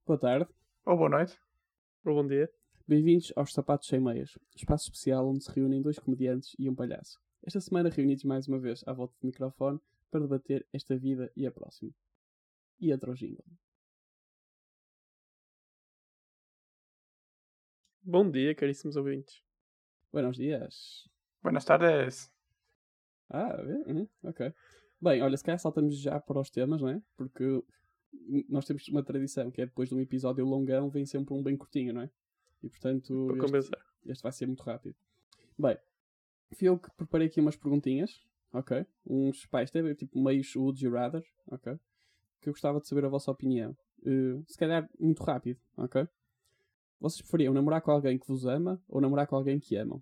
Boa tarde, Ou boa noite. Ou bom dia. bem-vindos aos Sapatos Sem Meias, espaço especial onde se reúnem dois comediantes e um palhaço. Esta semana reunidos mais uma vez à volta do microfone para debater esta vida e a próxima. E entra o jingle. Bom dia, caríssimos ouvintes. Buenos dias. Buenas tardes. Ok. Bem, olha, se calhar saltamos já para os temas, não é? Porque nós temos uma tradição, que é depois de um episódio longão, vem sempre um bem curtinho, não é? E portanto, Para compensar. este vai ser muito rápido. Bem, fui eu que preparei aqui umas perguntinhas, ok? Isto é tipo meios would you rather, ok? Que eu gostava de saber a vossa opinião. Se calhar muito rápido, ok? Vocês preferiam namorar com alguém que vos ama ou namorar com alguém que amam?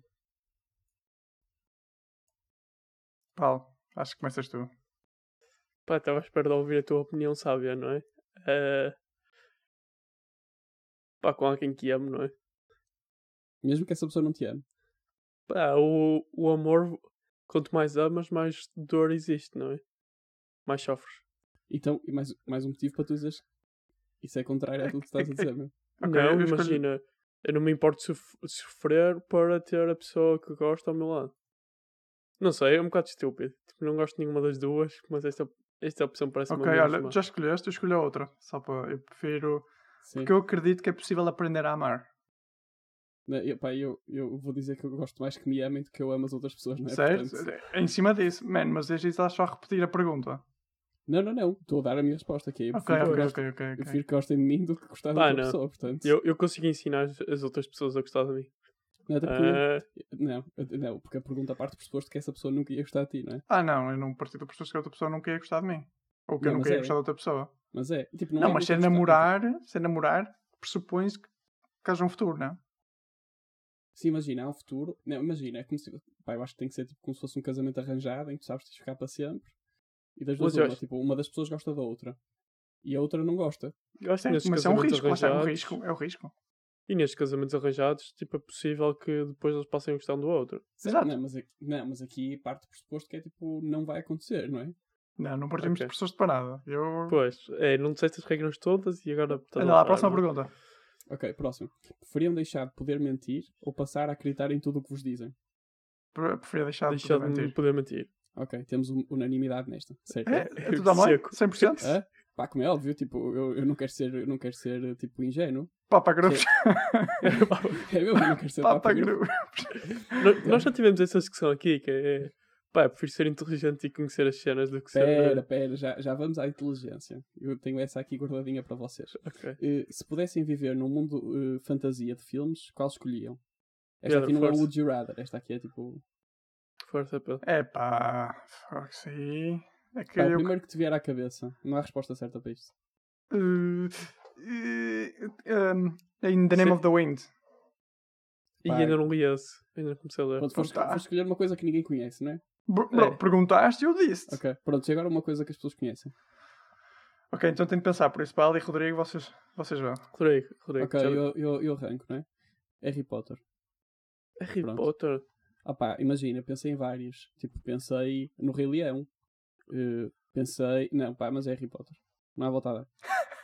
Paulo, acho que começas tu. Pá, estava à espera de ouvir a tua opinião sábia, não é? Pá, com alguém que amo, não é? Mesmo que essa pessoa não te ame. Pá, o amor, quanto mais amas, mais dor existe, não é? Mais sofres. Então, e mais um motivo para tu dizeres que isso é contrário àquilo que estás a dizer, meu. Ok, não, eu imagina, eu não me importo sofrer para ter a pessoa que gosto ao meu lado. Não sei, é um bocado estúpido. Tipo, não gosto de nenhuma das duas, mas esta opção parece-me Ok, menos olha, má. já escolheste, eu escolho a outra. Só para. Eu prefiro. Sim. Porque eu acredito que é possível aprender a amar. Eu vou dizer que eu gosto mais que me amem do que eu amo as outras pessoas, não é? Certo? Portanto, Em cima disso. Man, mas desde isso estás só a repetir a pergunta. não. Estou a dar a minha resposta aqui. Eu Ok, prefiro que gostem de mim do que gostar de Pá, outra não. pessoa, portanto. Eu consigo ensinar as outras pessoas a gostar de mim. Não, até porque, não, porque a pergunta parte do pressuposto que essa pessoa nunca ia gostar de ti, não é? Ah, não, eu não parti do pressuposto que a outra pessoa nunca ia gostar de mim. Ou que eu Não, nunca mas ia é. gostar de outra pessoa. Mas é. Tipo, Não, é mas nunca gostar, ser namorar, pressupõe-se que haja um futuro, não? Se imagina, há um futuro. Não, imagina, é como se. Pá, eu acho que tem que ser tipo, como se fosse um casamento arranjado em que tu sabes que tens de ficar para sempre. E das duas, Mas eu acho- tipo, uma das pessoas gosta da outra. E a outra não gosta. Eu acho que Sim, nestes mas é um casamentos risco, lá está, é um arranjados... risco. É o risco. E nestes casamentos arranjados, tipo, é possível que depois eles passem a gostar um do outro. Exato. Mas aqui parte do pressuposto que é tipo, não vai acontecer, não é? Não partimos Ok. de pressuposto para nada. Eu. Pois, não disseste as regras todas e agora... estás Anda lá, alterar, próxima não é? pergunta. Ok, próximo. Preferiam deixar de poder mentir ou passar a acreditar em tudo o que vos dizem? Preferia deixar de Deixar poder de mentir. poder mentir. Ok, temos unanimidade nesta, certo? É tudo à mãe? Seco. 100%? Hã? Pá, como é óbvio, tipo, eu não quero ser tipo ingênuo. Papa grupos. É meu, eu não quero ser Papa papa grupos. Nós já tivemos essa discussão aqui, que é... Pá, eu prefiro ser inteligente e conhecer as cenas do que ser... Pera, já vamos à inteligência. Eu tenho essa aqui guardadinha para vocês. Ok. Se pudessem viver num mundo fantasia de filmes, qual escolhiam? Esta Pedro, aqui não é o força. Would You Rather, esta aqui é tipo... Força, Pedro. É pá. Isso aí. É que Pá, o eu. primeiro que te vier à cabeça. Não há resposta certa para isto. In the Name of the Wind. E Pá. ainda não li esse. Ainda não comecei a ler. Pronto, Pronto, tá. foste escolher uma coisa que ninguém conhece, não é? Bro, perguntaste e eu disse. Ok, pronto, e agora uma coisa que as pessoas conhecem. Ok, então tenho de pensar por isso. Paulo e Rodrigo, vocês vão. Rodrigo. Ok, já- eu arranco, não é? Harry Potter. Harry pronto. Potter. Ah pá, imagina, pensei em vários. Tipo, pensei no Rei Leão. Pensei... Não, pá, mas é Harry Potter. Não há volta a dar.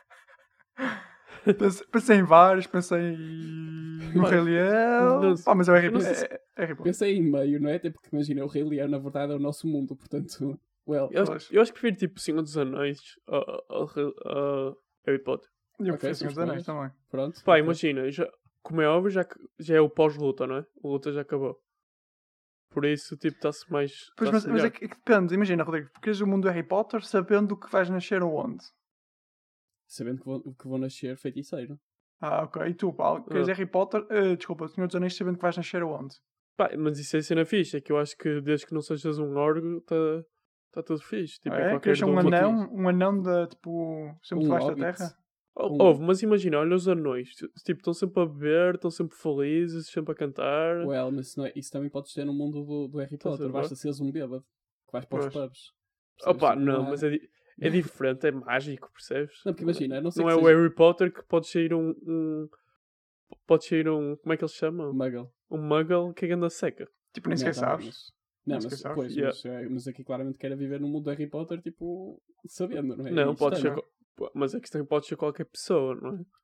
Pensei em vários, pensei no Rei Leão. não- Pá, mas é o Harry não sei Potter. Pensei em meio, não é? Até porque imagina, o Rei Leão na verdade é o nosso mundo, portanto... Well, Eu Pois. acho que prefiro tipo Senhor dos Anéis a Harry Potter. E eu Ok, prefiro Senhor dos são Anéis também. pronto. Pá, ok. imagina, como é óbvio, já é o pós-luta, não é? A luta já acabou. Por isso, tipo, está-se mais... Pois, tá-se mas é melhor. que depende. Imagina, Rodrigo, porque és o mundo do Harry Potter sabendo que vais nascer aonde? Sabendo que vou nascer feiticeiro. Ah, ok. E tu, Paulo, que és Harry Potter... desculpa, Senhor dos Anéis sabendo que vais nascer aonde? Pá, mas isso é cena fixe, é que eu acho que desde que não sejas um órgão, está tudo fixe. Tipo, É, qualquer queres ser um dúvida. anão de, tipo, sempre Um debaixo da hobbit. terra? Ouve, mas imagina, olha os anões. Tipo, estão sempre a beber, estão sempre felizes, sempre a cantar. Well, mas isso também pode ser no mundo do Harry Estás a Potter. ver? Basta seres um bêbado. Que vais para os Pois. pubs. Opa, Percebes? não, há- mas é diferente, é mágico, percebes? Não, porque imagina, a não ser Não que é o seja Harry Potter que pode sair Pode sair como é que eles chamam? Muggle. Um muggle que anda seca. Tipo, nem sequer Não, tá bem, sabes. Não, Nem mas, sequer sabes. pois, Yeah. mas aqui claramente quer viver no mundo do Harry Potter, tipo, sabendo, não é? Não, Isto pode é, ser. não é? Mas a questão pode ser qualquer pessoa, não é?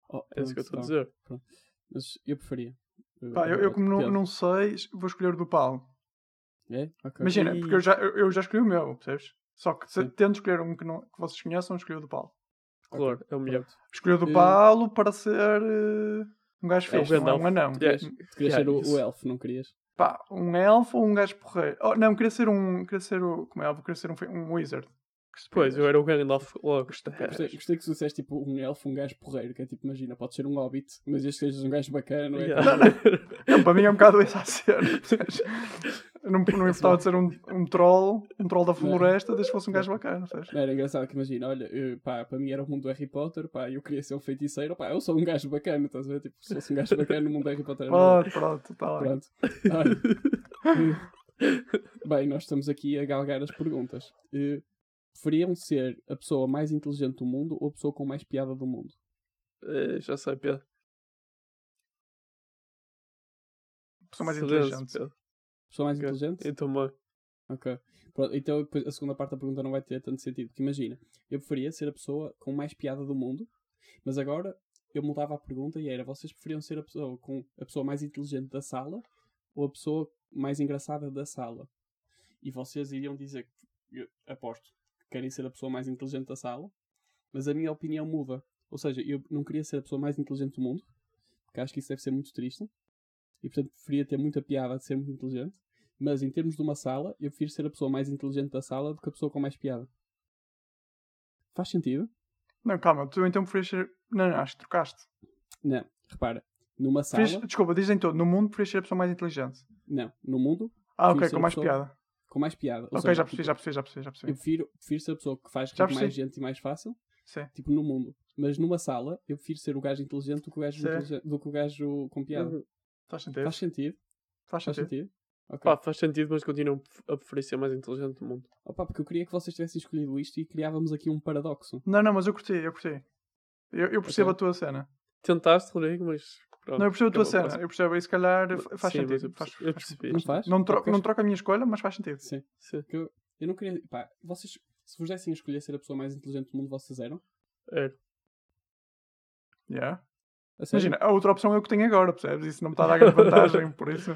É isso que eu estou a Pronto, dizer. pronto. Mas eu preferia. Pá, eu como não sei, vou escolher o do Paulo. É? Ok. Imagina, porque eu já escolhi o meu, percebes? Só que Sim. tento escolher um que vocês conheçam, escolhi o do Paulo. Claro, é o melhor. Pronto. Escolhi o do Paulo para ser um gajo É o fixe, não é Gandalf. um anão. Tu querias ser o isso. elfo, não querias? Pá, um elfo ou um gajo porreiro? Oh, não, queria ser como é óbvio, queria ser um wizard. Pois, eu era o Gandalf logo. Gostei que tu disseste tipo um elfo, um gajo porreiro, que é tipo, imagina, pode ser um hobbit, mas este sejas um gajo bacana, não é? Yeah. Não, para mim é um bocado essa a cena. Eu não importava de ser um troll da floresta, desde que fosse um gajo bacana. Sabes? Não, era engraçado que imagina, olha, pá, para mim era o mundo do Harry Potter, pá, eu queria ser um feiticeiro, pá, eu sou um gajo bacana, estás a ver? Tipo, se fosse um gajo bacana no mundo do Harry Potter. Pronto, está bem. Pronto. Olha, bem, nós estamos aqui a galgar as perguntas. Preferiam ser a pessoa mais inteligente do mundo ou a pessoa com mais piada do mundo? Já sei, Pedro. Pessoa mais Silêncio, inteligente. Pedro. Pessoa mais Ok. inteligente? Eu também. Ok. Pronto, então depois a segunda parte da pergunta não vai ter tanto sentido. Porque imagina, eu preferia ser a pessoa com mais piada do mundo, mas agora eu mudava a pergunta e era: vocês preferiam ser a pessoa mais inteligente da sala ou a pessoa mais engraçada da sala? E vocês iriam dizer, eu aposto, que querem ser a pessoa mais inteligente da sala, mas a minha opinião muda. Ou seja, eu não queria ser a pessoa mais inteligente do mundo, porque acho que isso deve ser muito triste, e portanto preferia ter muita piada de ser muito inteligente. Mas em termos de uma sala, eu prefiro ser a pessoa mais inteligente da sala do que a pessoa com mais piada. Faz sentido? Não, calma, tu então preferias ser. Não, acho que trocaste. Não. Repara, numa sala... Desculpa, dizem todo. No mundo preferias ser a pessoa mais inteligente. Não. No mundo... Ok, prefiro ser com a mais pessoa piada. Com mais piada. Ou Ok, seja, já percebi. Eu prefiro ser a pessoa que faz Já rir mais percebi. gente e mais fácil, Sim. tipo no mundo. Mas numa sala, eu prefiro ser o gajo inteligente do que o gajo, do que o gajo com piada. Faz sentido. Faz sentido? Faz Faz sentido. sentido? Ok. Pá, faz sentido, mas continuo a preferir ser mais inteligente do mundo. Opa, porque eu queria que vocês tivessem escolhido isto e criávamos aqui um paradoxo. Não, mas eu curti. Eu percebo Ok. a tua cena. Tentaste, Rodrigo, mas... Pronto, Não, eu percebo a tua acabou. cena. Eu percebo, e se calhar faz Sim, mas sentido. eu percebi. Não faz? Não Porque troca a minha escolha, mas faz sentido. Sim. Sim. Porque eu não queria... Pá, vocês, se vos dessem a escolher ser a pessoa mais inteligente do mundo, vocês eram? Era. Yeah. A sério? Imagina, a outra opção é o que tenho agora, percebes? Isso não me está a dar grande vantagem, por isso.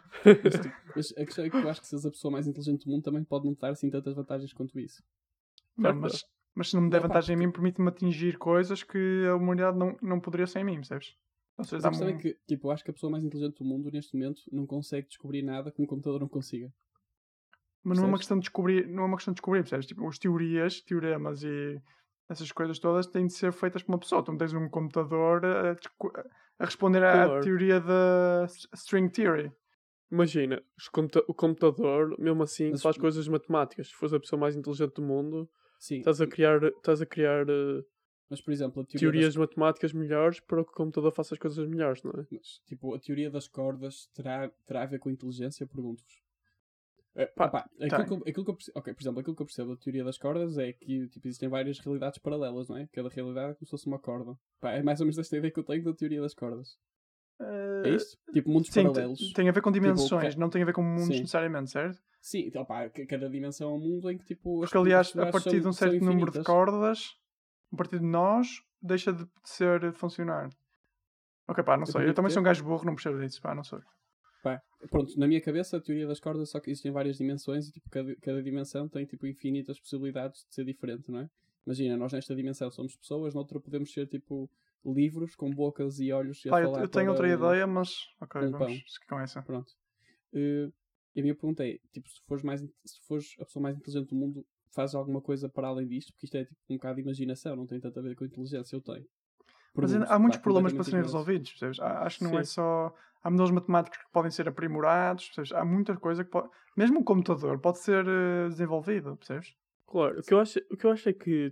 Mas a questão é que eu acho que seres a pessoa mais inteligente do mundo também pode não te dar assim tantas vantagens quanto isso. Não, mas se não me der Não, pá, vantagem a mim, permite-me atingir coisas que a humanidade não poderia sem mim, percebes? Ou Mas seja, a questão é que, tipo, eu acho que a pessoa mais inteligente do mundo, neste momento, não consegue descobrir nada que um computador não consiga. mas não é uma percebes? questão de descobrir, percebes? Tipo, os teoremas e essas coisas todas têm de ser feitas por uma pessoa. Tu não tens um computador a responder à Claro. teoria da string theory. Imagina, o computador, mesmo assim, Mas- faz coisas matemáticas. Se fores a pessoa mais inteligente do mundo, Sim, estás a criar mas por exemplo, a teoria teorias matemáticas melhores para que o computador faça as coisas melhores, não é? mas, tipo, a teoria das cordas terá a ver com inteligência? Pergunto-vos. Pá, Aquilo que eu percebo, ok, por exemplo, aquilo que eu percebo da teoria das cordas é que tipo, existem várias realidades paralelas, não é? Cada realidade é como se fosse uma corda. Pá, é mais ou menos esta ideia que eu tenho da teoria das cordas. É isto? Tipo, mundos Sim, paralelos. tem a ver com dimensões, Tipo, não tem a ver com mundos sim. necessariamente, certo? Sim, então, pá, cada dimensão é um mundo em que tipo... as Porque, aliás, a possibilidades partir de um são certo número de infinitas. cordas, a partir de nós, deixa de funcionar. Ok, pá, não sei. Eu também sou um gajo burro, não percebo disso, pá, não sei. Pá, pronto, na minha cabeça a teoria das cordas só que existem várias dimensões e tipo, cada dimensão tem tipo infinitas possibilidades de ser diferente, não é? Imagina, nós nesta dimensão somos pessoas, noutra podemos ser tipo livros com bocas e olhos e a Pá, falar eu tenho para outra ideia, mas ok, um vamos pão. seguir com essa. Pronto. E a minha pergunta é, tipo, se fores a pessoa mais inteligente do mundo, fazes alguma coisa para além disto? Porque isto é tipo um bocado de imaginação, não tem tanto a ver com inteligência, eu tenho. Mas ainda Pergunto, há muitos pá, problemas para completamente serem ignorantes. resolvidos, percebes? Acho que não é Sim. só... Há modelos matemáticos que podem ser aprimorados, percebes? Há muita coisa que pode... Mesmo um computador pode ser desenvolvido, percebes? Claro, o que eu acho é que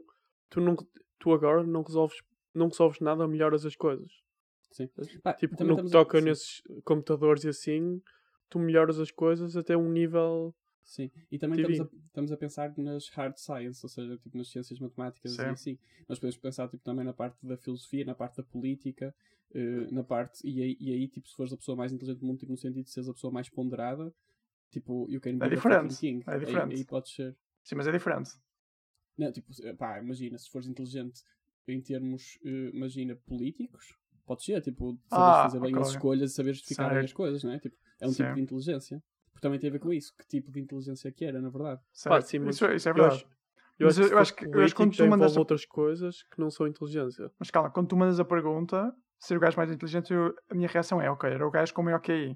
tu agora não resolves nada, melhoras as coisas. Sim. Pá, Tipo, também no que estamos toca sim. nesses computadores e assim, tu melhoras as coisas até um nível... Sim, e também Divino. estamos a pensar nas hard science, ou seja, tipo, nas ciências matemáticas Sim. e assim. Nós podemos pensar tipo, também na parte da filosofia, na parte da política, na parte. E aí, tipo, se fores a pessoa mais inteligente do mundo, tipo, no sentido de seres a pessoa mais ponderada, tipo, you can be the diferente, fucking king. é diferente. Aí podes ser. Sim, mas é diferente. Não, tipo, pá, imagina, se fores inteligente em termos, imagina, políticos, pode ser, tipo, saberes fazer bem as ok. escolhas e saberes justificar bem Certo. as coisas, não é? Tipo, é um tipo Sim. de inteligência. Porque também tem a ver com isso. Que tipo de inteligência que era, na verdade. Pá, Certo. sim, mas Isso é eu verdade. acho, Mas eu acho que eu acho que quando político tu já mandas envolve outras coisas que não são inteligência. Mas calma, quando tu mandas a pergunta, ser o gajo mais inteligente, a minha reação é, ok, era o gajo com o maior QI.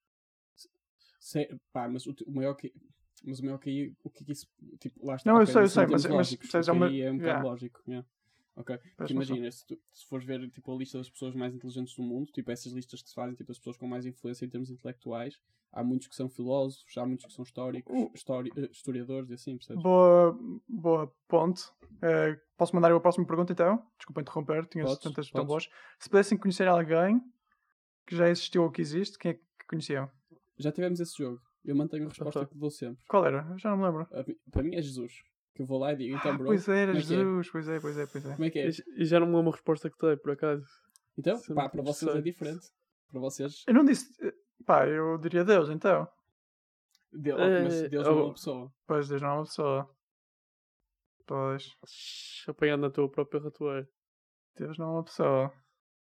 Pá, mas o maior que. Mas o maior QI, o que é que isso. Tipo, lá está. Não, eu ok, sei, isso em mas termos lógicos, percebes, o é uma... QI é um bocado Yeah, lógico. Yeah. Ok. Porque presta atenção. imagina, se fores ver tipo, a lista das pessoas mais inteligentes do mundo, tipo essas listas que se fazem, tipo as pessoas com mais influência em termos intelectuais, há muitos que são filósofos, há muitos que são historiadores e assim, percebes? Boa ponte. Posso mandar eu a próxima pergunta, então? Desculpa interromper, tinhas Podes, tantas tão podes. boas. Se pudessem conhecer alguém que já existiu ou que existe, quem é que conheciam? Já tivemos esse jogo. Eu mantenho a resposta Aham. que dou sempre. Qual era? Eu já não me lembro. Para mim é Jesus. Que eu vou lá e digo, então, bro, Pois era, como é que é? Jesus, pois é. Como é que é? E já não me lembro a resposta que dei, por acaso. Então, Sempre pá, para vocês é sei. diferente. Para vocês, Eu não disse... Pá, eu diria Deus, então. mas Deus não é uma pessoa. Pois, Deus não é uma pessoa. Pois, Apanhado na tua própria ratoeira. Deus não é uma pessoa.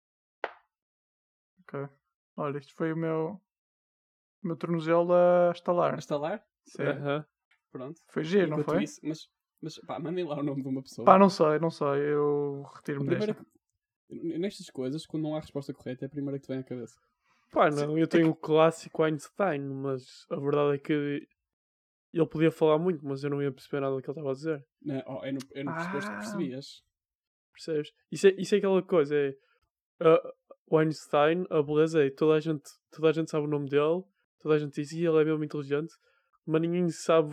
Ok. Olha, isto foi o meu tornozelo a estalar. A estalar? Sim. Aham. Pronto. Foi giro, não Enquanto foi? isso, mas pá, mandem lá o nome de uma pessoa. Pá, não sei. Eu A retiro-me primeira desta. nestas coisas, quando não há resposta correta, é a primeira que te vem à cabeça. Pá, não, eu tenho o clássico Einstein, mas a verdade é que ele podia falar muito, mas eu não ia perceber nada do que ele estava a dizer. Não, é no pressuposto que percebias. Percebes? Isso é aquela coisa, o Einstein, a beleza é toda a gente sabe o nome dele, toda a gente diz e ele é mesmo inteligente, mas ninguém sabe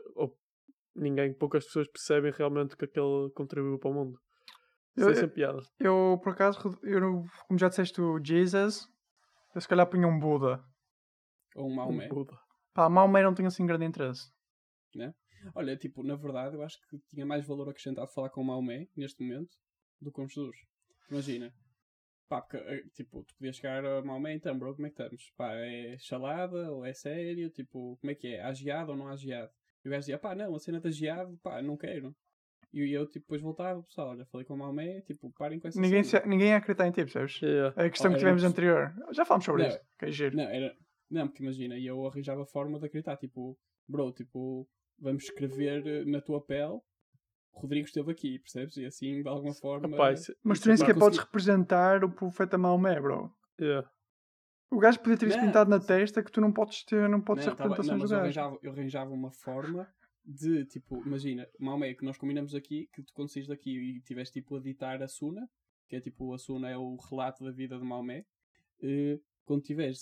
poucas pessoas percebem realmente o que é que ele contribuiu para o mundo. Isso é sem piada. Eu, por acaso, como já disseste o Jesus, eu se calhar punha um Buda. Ou um Maomé. Buda. Pá, Maomé não tem assim grande interesse. Né? Olha, tipo, na verdade, eu acho que tinha mais valor acrescentado falar com o Maomé, neste momento, do que com Jesus. Imagina. Pá, porque, tipo, tu podias chegar a Maomé, então, bro, como é que estamos? Pá, é chalada ou é sério? Tipo, como é que é? Há geado ou não há geado? E o gajo dizia, pá, não, a cena está geado, pá, não quero. E eu, tipo, depois voltava, pessoal, olha, falei com o Maomé, tipo, parem com essa Ninguém cena. ia acreditar em ti, percebes? Yeah. É a questão que era tivemos uma anterior. Já falámos sobre Não, isso. Que é giro. Não, porque imagina, eu arranjava forma de acreditar, tipo, bro, tipo, vamos escrever na tua pele, Rodrigo esteve aqui, percebes? E assim, de alguma forma... Epá, Mas tu nem sequer vai podes conseguir- representar o profeta Maomé, bro. Yeah. O gajo podia ter isso Não. pintado na testa que tu não podes ter, não podes ter Não, tá bem, representações mas do gajo. eu arranjava uma forma de, tipo, imagina, Maomé, que nós combinamos aqui, que tu quando saís daqui e tiveste, tipo, a ditar a Suna, que é, tipo, a Suna é o relato da vida de Maomé, quando tiveres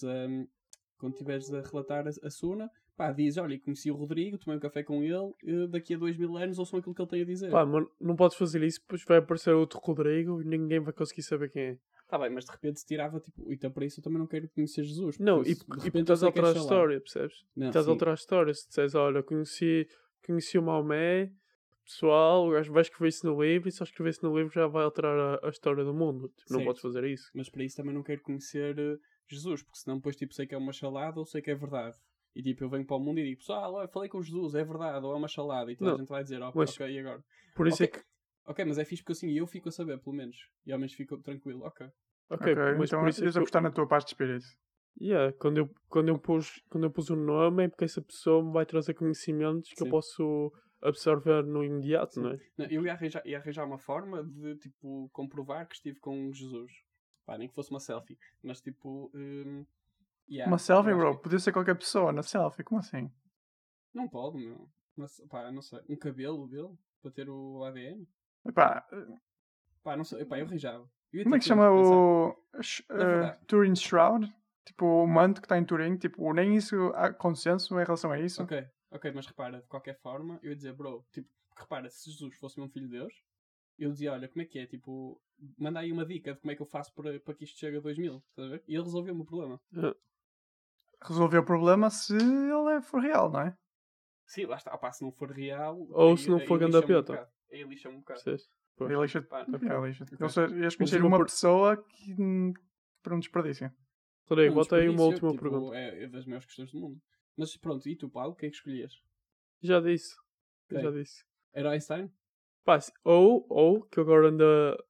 a relatar a Suna, pá, diz, olha, conheci o Rodrigo, tomei um café com ele, daqui a 2000 anos ouçam aquilo que ele tem a dizer. Pá, mas não podes fazer isso, depois vai aparecer outro Rodrigo e ninguém vai conseguir saber quem é. Tá bem, mas de repente se tirava, tipo, então para isso eu também não quero conhecer Jesus. Não, porque e de porque repente eu estás a sei que é alterar a chalá. história, percebes? Não, Estás a sim. alterar a história. Se disseres, olha, conheci o Maomé, pessoal, o gajo vai escrever isso no livro e só escrever isso no livro já vai alterar a história do mundo. Tipo, não Certo. podes fazer isso. Mas para isso também não quero conhecer Jesus, porque senão depois tipo sei que é uma chalada ou sei que é verdade. E tipo, eu venho para o mundo e digo, pessoal, olha, falei com Jesus, é verdade, ou é uma chalada. E toda Não, a gente vai dizer, mas- ok, e agora? Por isso Ok. é que... Ok, mas é fixe porque assim eu fico a saber, pelo menos. E ao menos fico tranquilo, ok. Ok, mas então por isso é ias que... apostar na tua paz de espírito. Yeah, quando eu pus o nome é porque essa pessoa me vai trazer conhecimentos que eu Sim. posso absorver no imediato, não é? Não, eu ia arranjar uma forma de, tipo, comprovar que estive com Jesus. Pá, nem que fosse uma selfie. Mas, tipo... yeah, Uma selfie, eu acho bro. que- Podia ser qualquer pessoa na selfie. Como assim? Não pode, meu. Mas, pá, não sei. Um cabelo dele? Para ter o ADN? Epá, Pá, não sei. Pá, eu arranjava. Eu ia como é ter que tempo chama de pensar. o Na verdade. Turin Shroud? Tipo, o manto que está em Turim. Tipo, nem isso há consenso em relação a isso. Ok, mas repara, de qualquer forma, eu ia dizer, bro, tipo, repara, se Jesus fosse meu filho de Deus, eu dizia, olha, como é que é? Tipo, manda aí uma dica de como é que eu faço para que isto chegue a 2000, estás a ver? E ele resolveu o meu problema. Resolveu o problema se ele for real, não é? Sim, lá está. Pá, se não for real... Ou se não for lixa-me ganda um peta. bocado. Aí lixa-me um bocado. Percebes? Pois. Ele lixa-te. Pá, Yeah, lixa-te. ok. Ou seja, ias conhecer Última uma per- pessoa que para um desperdício. Rodrigo, Não, bota aí uma desperdício, última tipo, pergunta. É das maiores questões do mundo. Mas pronto, e tu, Paulo, o que é que escolhias? Já disse. Ok. Já disse. Era Einstein? Pá, ou que eu agora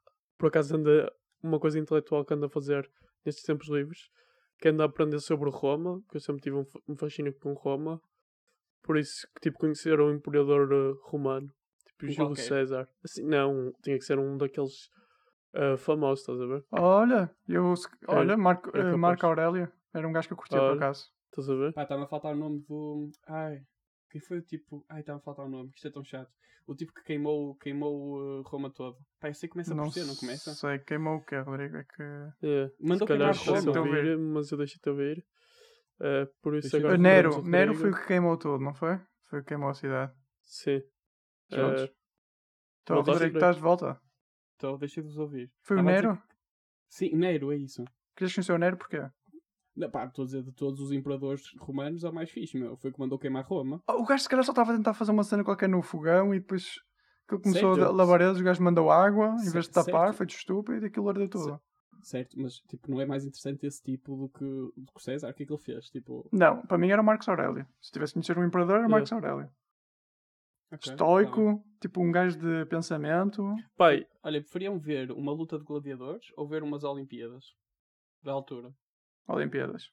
por acaso anda uma coisa intelectual que ando a fazer nestes tempos livres, que ando a aprender sobre Roma, que eu sempre tive um fascínio com Roma, por isso que tipo conhecer um imperador romano, tipo Um Júlio qualquer. César. Assim, não, tinha que ser um daqueles famosos, estás a ver? Olha, Marco capaz. Aurélio. Era um gajo que eu curtia, por Olha. acaso. Estás a ver? Pá, está-me a faltar o nome do... Ai, quem foi o tipo... Ai, está-me a faltar o nome, que isto é tão chato. O tipo que queimou Roma todo. Pá, eu sei que começa por C, não começa? sei, queimou o quê, Rodrigo? É que... É, Mandou se calhar queimar estás a Roma. ouvir, mas eu deixei-te ouvir. Por isso Deixa-te agora ouvir. falaremos do Nero Rodrigo. foi o que queimou tudo, não foi? Foi o que queimou a cidade. Sim. Prontos. Eh, Então, voltaste, Rodrigo, estás de volta? Então, deixei-vos ouvir. Foi o Estava a dizer Nero? Sim, Nero, é isso. Querias conhecer o Nero porquê? Não, pá, estou a dizer, de todos os imperadores romanos é o mais fixe, meu. Foi o que mandou queimar Roma. O gajo se calhar só estava a tentar fazer uma cena qualquer no fogão e depois que ele começou Certo. a labaredas, o gajo mandou água, em vez de tapar, Certo. foi de estúpido e aquilo ardeu tudo. Certo, mas tipo, não é mais interessante esse tipo do que o César? O que é que ele fez? Tipo, Não, para mim era o Marcos Aurélio. Se tivesse de conhecer um imperador, era o Marcos Aurélio. ok, tá bem. Estoico, tipo um gajo de pensamento. pai, Olha, preferiam ver uma luta de gladiadores ou ver umas Olimpíadas? Da altura. Olimpíadas.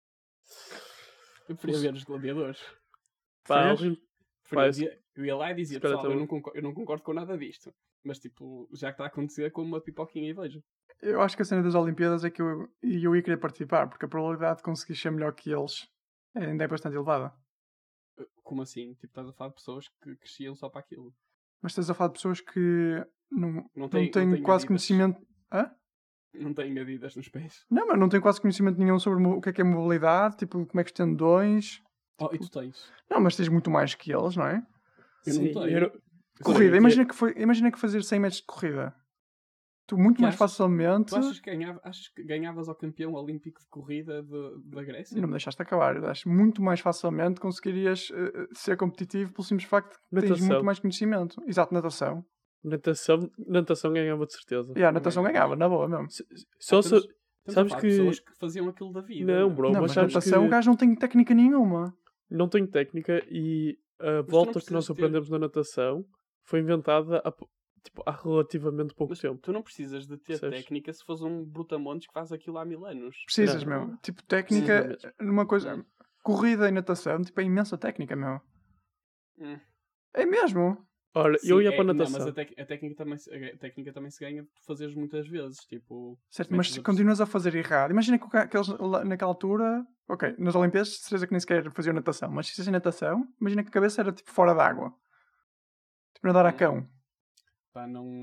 Eu preferia ver os gladiadores. pá, Preferias? Eu ia lá e dizia, Se calhar pessoal, também. eu não concordo com nada disto. Mas tipo, já que está a acontecer, como uma pipoquinha e vejo. Eu acho que a cena das Olimpíadas é que eu ia querer participar, porque a probabilidade de conseguir ser melhor que eles ainda é bastante elevada. Como assim? Tipo, estás a falar de pessoas que cresciam só para aquilo. Mas estás a falar de pessoas que não tem têm quase Adidas. conhecimento. Hã? Não têm Adidas nos pés. Não, mas não têm quase conhecimento nenhum sobre o que é mobilidade, tipo, como é que os tendões. Oh, e tu tens? Não, mas tens muito mais que eles, não é? Eu não sim, tenho. Corrida, Sim, imagina que fazer 100 metros de corrida. Tu muito Que mais achas? facilmente. Tu achas que ganhavas ao campeão olímpico de corrida da Grécia? Não me deixaste acabar. Eu acho muito mais facilmente conseguirias ser competitivo pelo simples facto de que tens Natação. muito mais conhecimento. Exato, natação. Natação ganhava de certeza. E a natação Também ganhava, na boa mesmo. Só Estamos a sabes falar que. de pessoas que faziam aquilo da vida. Não, bro, Não, mas mas sabes natação que o gajo não tem técnica nenhuma. não tem técnica e a tu volta não que nós precisas ter- aprendemos na natação foi inventada há relativamente pouco Mas tempo. tu não precisas de ter Percebes? técnica se fores um brutamontes que faz aquilo há 1000 anos. Precisas, Não. meu. Tipo, Precisa técnica mesmo. numa coisa. Corrida e natação, tipo, é imensa técnica, meu. Hum. É mesmo. Ora, eu Sim, ia para a não, natação. mas a técnica também se ganha de fazeres muitas vezes. Tipo, Certo, metes mas se a continuas a fazer errado. Imagina que eles naquela altura. Ok, nas Olimpíadas, de certeza que nem sequer faziam natação. Mas se fizessem natação, imagina que a cabeça era tipo fora d'água. Tipo, nadar a cão. Pá,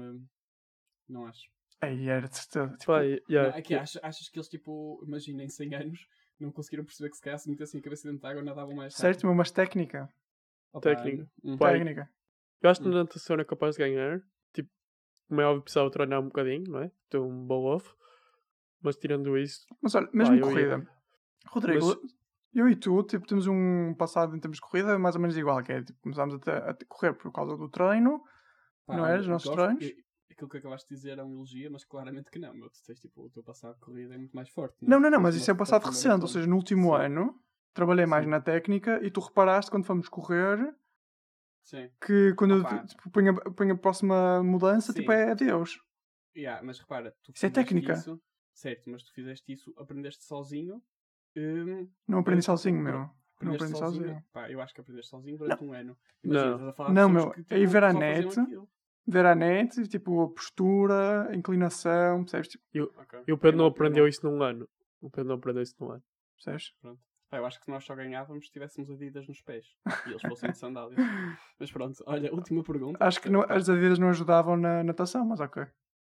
não acho. Aí era de certeza. Tipo, Pá, Não, é que achas que eles, tipo, imagina, em 100 anos, não conseguiram perceber que se calhar se metessem a cabeça dentro de água nadavam mais rápido. certo, meu, mas técnica. Opa, Técnica. hum. Pai, Técnica. eu acho que na natação era capaz de ganhar. Tipo, como é óbvio, precisava treinar um bocadinho, não é? Ter um bom off. Mas tirando isso, Mas olha, mesmo eu ia. corrida. Rodrigo, Mas- eu e tu, tipo, temos um passado em termos de corrida mais ou menos igual, que é, tipo, começámos a correr por causa do treino, Pá, não é? olha, Os nossos gosto- treinos. Aquilo que acabaste de dizer é um elogio, mas claramente que não. Meu, tu tens, tipo, o teu passado de corrida é muito mais forte. Não, Tens mas uma isso é passado forte recente, ou maratona. seja, no último Sim. ano trabalhei mais Sim. na técnica e tu reparaste quando fomos correr Sim. que quando Opa. eu tipo, ponho a próxima mudança, Sim. tipo, é adeus. Yeah, mas repara, tu Isso é fizeste técnica. Isso, certo, mas tu fizeste isso, aprendeste sozinho. Não aprendi Eu- sozinho, meu. Não Aprendeste aprendi sozinho. Pá, eu acho que aprendeste sozinho durante um ano. Não. Imagina, estás a falar de Não, pessoas meu, que, é ir ver a só faziam net. aquilo. Ver a net, tipo, a postura, a inclinação, percebes? Tipo, Ok. E o Pedro não Eu aprendeu isso num ano. O Pedro não aprendeu isso num ano. percebes? Pá, eu acho que nós só ganhávamos se tivéssemos Adidas nos pés. E eles fossem de sandálias. Mas pronto, olha, última pergunta. Acho que as Adidas não ajudavam na natação, mas ok.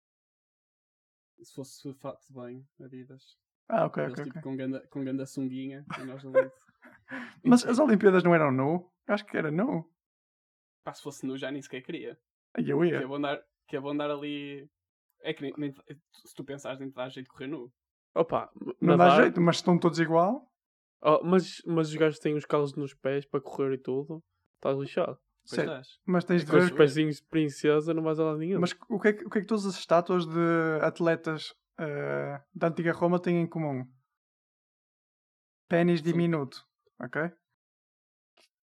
Se fosse fato de bem, Adidas. Ah, ok, Eles ok, tipo ok. com ganda sunguinha e nós ali. Mas as Olimpíadas não eram nu? Acho que era nu. Pá, se fosse nu já nem sequer queria. Aí eu Que ia. é bom andar ali. É que se tu pensares nem te dá jeito de correr nu. Opa, Não dá nadar- jeito, mas estão todos igual. Oh, mas os gajos têm os calos nos pés para correr e tudo. Estás lixado. Pois Certo. estás. Mas tens de Com os ver. pezinhos de princesa não vais a lado nenhum. Mas o que é que todas as estátuas de atletas da antiga Roma têm em comum? Pênis diminuto, ok?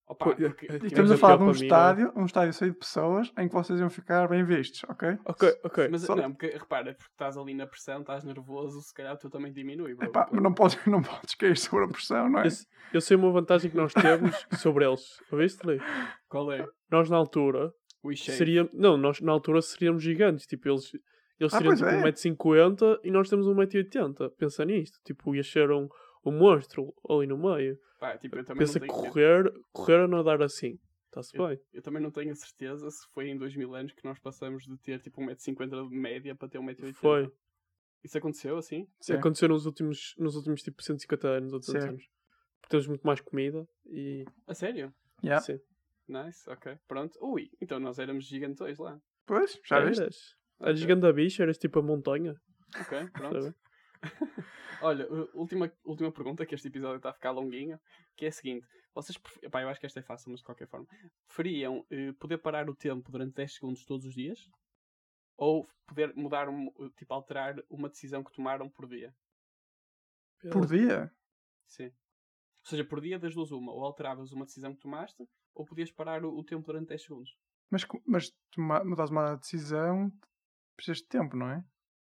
Opa, Pô, porque, E Mas estamos é a falar de pior para mim, um estádio cheio de pessoas em que vocês iam ficar bem vistos, ok? Ok. mas Só- não, porque repara, porque estás ali na pressão, estás nervoso, se calhar tu também diminui, bro. Epá, mas não podes cair sobre a pressão, não é? Eu sei uma vantagem que nós temos sobre eles. Ouviste, Lee? Qual é? Nós na altura O shape. seríamos. Não, nós na altura seríamos gigantes. Tipo, eles seriam pois tipo é. 1,50m e nós temos 1,80m. Pensa nisto. Tipo, ia ser um monstro ali no meio. Pá, tipo, eu também Pensa não que tenho, correr a nadar assim. Está-se bem. eu também não tenho a certeza se foi em 2000 anos que nós passamos de ter tipo 1,50m de média para ter 1,80m. Foi. Isso aconteceu assim? Sim. Aconteceu nos últimos tipo 150 anos ou 200 Sim. anos. Porque temos muito mais comida e. A sério? Yeah. Sim. Nice, ok. Pronto. Ui, então nós éramos gigantões lá. Pois, já viste? Eras gigante da bicha, eras tipo a montanha. Ok, pronto. Sabe? Olha, última pergunta, que este episódio está a ficar longuinho, que é a seguinte. Vocês Pá, eu acho que esta é fácil, mas de qualquer forma. Preferiam poder parar o tempo durante 10 segundos todos os dias? Ou poder tipo, alterar uma decisão que tomaram por dia? Por dia? Sim. Ou seja, por dia das duas uma. Ou alteravas uma decisão que tomaste, ou podias parar o tempo durante 10 segundos. Mas tu mudas uma decisão, precisas de tempo, não é?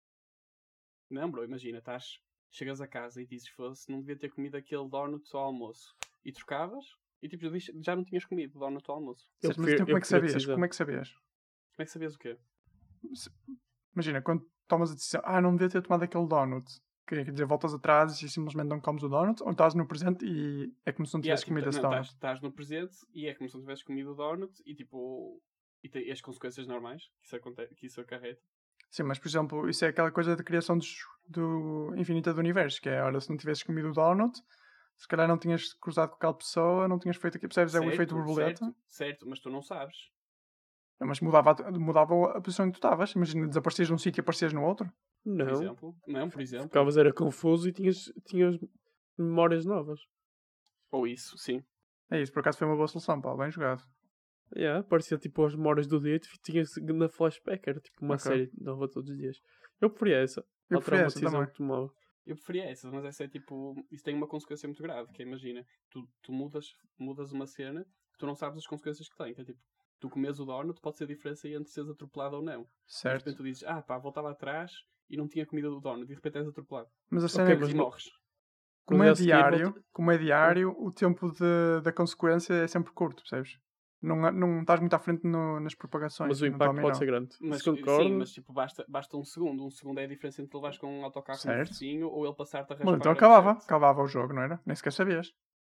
Não, bro, imagina, chegas a casa e dizes, fosse, não devia ter comido aquele donut ao almoço. E trocavas, e tipo, já não tinhas comido donut ao almoço. Certo, mas então como é que sabias? Como é que sabias? Como é que sabias o quê? Imagina, quando tomas a decisão, não devia ter tomado aquele donut. Quer dizer, voltas atrás e simplesmente não comes o donut, ou estás no presente e é como se não tivesse comido esse donut. Estás no presente e é como se não tivesses comido o donut e tipo. E tem as consequências normais que isso acarreta. Sim, mas por exemplo, isso é aquela coisa de criação do infinita do universo, que é, olha, se não tivesses comido o donut, se calhar não tinhas cruzado com aquela pessoa, não tinhas feito aquilo, percebes? É o efeito borboleta. Certo, mas tu não sabes. Não, mas mudava a posição em que tu estavas. Imagina, desaparecias num sítio e aparecias no outro. Não. Por exemplo. Ficavas era confuso e tinhas memórias novas. Ou isso, sim. É isso, por acaso foi uma boa solução, Paulo, bem jogado. Parecia tipo as memórias do dia e tinhas na flashback, era tipo uma Ok. série nova todos os dias. Eu preferia essa. Eu Alterar preferia uma essa decisão também. que tomava. Eu preferia essa, mas essa é tipo. Isso tem uma consequência muito grave, que é, imagina, tu mudas uma cena que tu não sabes as consequências que tem. Que é tipo, tu comes o donut, pode ser a diferença entre seres atropelado ou não. De Certo. repente tu dizes, voltava atrás e não tinha comido o donut, e de repente és atropelado. Mas a cena Ok, é que, mas E morres. como no é dia a seguir, diário, o tempo da consequência é sempre curto, percebes? Não estás muito à frente nas propagações. Mas o no impacto dominó. pode ser grande. Mas, Se concordo, sim, mas tipo, basta um segundo. Um segundo é a diferença entre levares com um autocarro no Certo. focinho ou ele passar-te a raspar. Mas então a percebe? acabava o jogo, não era? Nem sequer sabias.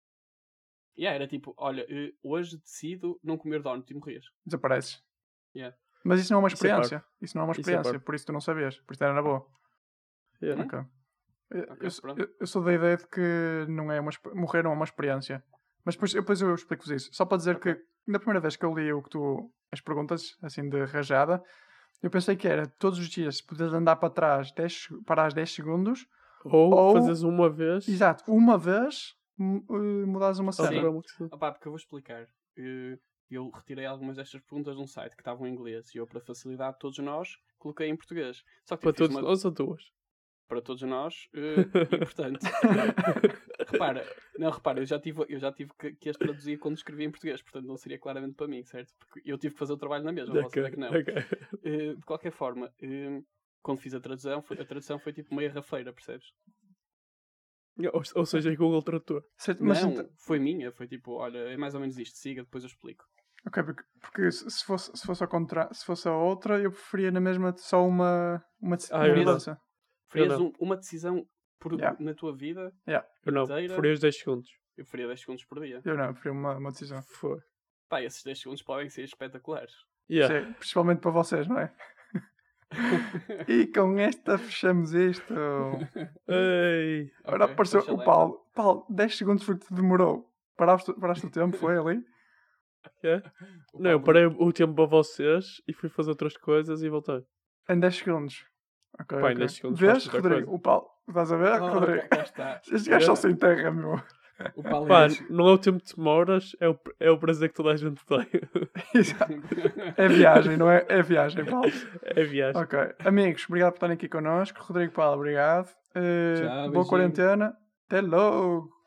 Era tipo, olha, hoje decido não comer donut e morrias. Desapareces. Yeah. Mas isso não é uma Isso é experiência. Isso não é uma Isso é experiência, parte. por isso tu não sabias. Por isso era na boa. Yeah. Ok. pronto. Eu sou da ideia de que não é morrer não é uma experiência. Mas depois eu explico-vos isso. Só para dizer Ok. que na primeira vez que eu li as perguntas, assim de rajada, eu pensei que era todos os dias poderes andar para trás, parar 10 segundos. Ou fazes uma vez. Exato, uma vez mudares uma cena. alterar uma decisão. Porque eu vou explicar. Eu retirei algumas destas perguntas de um site que estavam em inglês e eu, para facilidade de todos nós, coloquei em português. Só que Para eu fiz todos nós ou duas? para todos nós e portanto repara, eu já tive que as traduzir quando escrevi em português, portanto não seria claramente para mim, certo? Porque eu tive que fazer o trabalho na mesma, vocês é que não. Ok. De qualquer forma, quando fiz a tradução foi tipo meia rafeira, percebes? Ou seja, Google Tradutor. Certo, mas Não, então- foi minha, foi tipo, olha, é mais ou menos isto, siga, depois eu explico. Ok, porque se fosse ao contrário, se fosse a outra, eu preferia na mesma só uma eu não. mudança. Preferias não. uma decisão Yeah. na tua vida? Eu não, Inteira. preferia os 10 segundos. Eu preferia 10 segundos por dia. Eu não, preferia uma decisão. Foi. Pá, esses 10 segundos podem ser espetaculares. Yeah. Sim, principalmente para vocês, não é? E com esta fechamos isto. Ei. Agora Ok, apareceu fecha o lá, Paulo. Paulo, 10 segundos foi que te demorou. Paraste o tempo, foi ali? Yeah. então. Não, eu parei o tempo para vocês e fui fazer outras coisas e voltei. Em 10 segundos. Ok, Pá, em ok. 10 segundos Vês, faz muita Rodrigo? coisa. O Paulo. Estás a ver, Rodrigo? cá está. Estes gajos são sem terra, meu. O Paulo Pá, diz- não é o tempo que demoras, é o prazer que toda a gente tem. Exato. É viagem, não é? É viagem, Paulo. É viagem. Ok. Amigos, obrigado por estarem aqui connosco. Rodrigo, Paulo, obrigado. Tchau, Boa beijinho. quarentena. Até logo.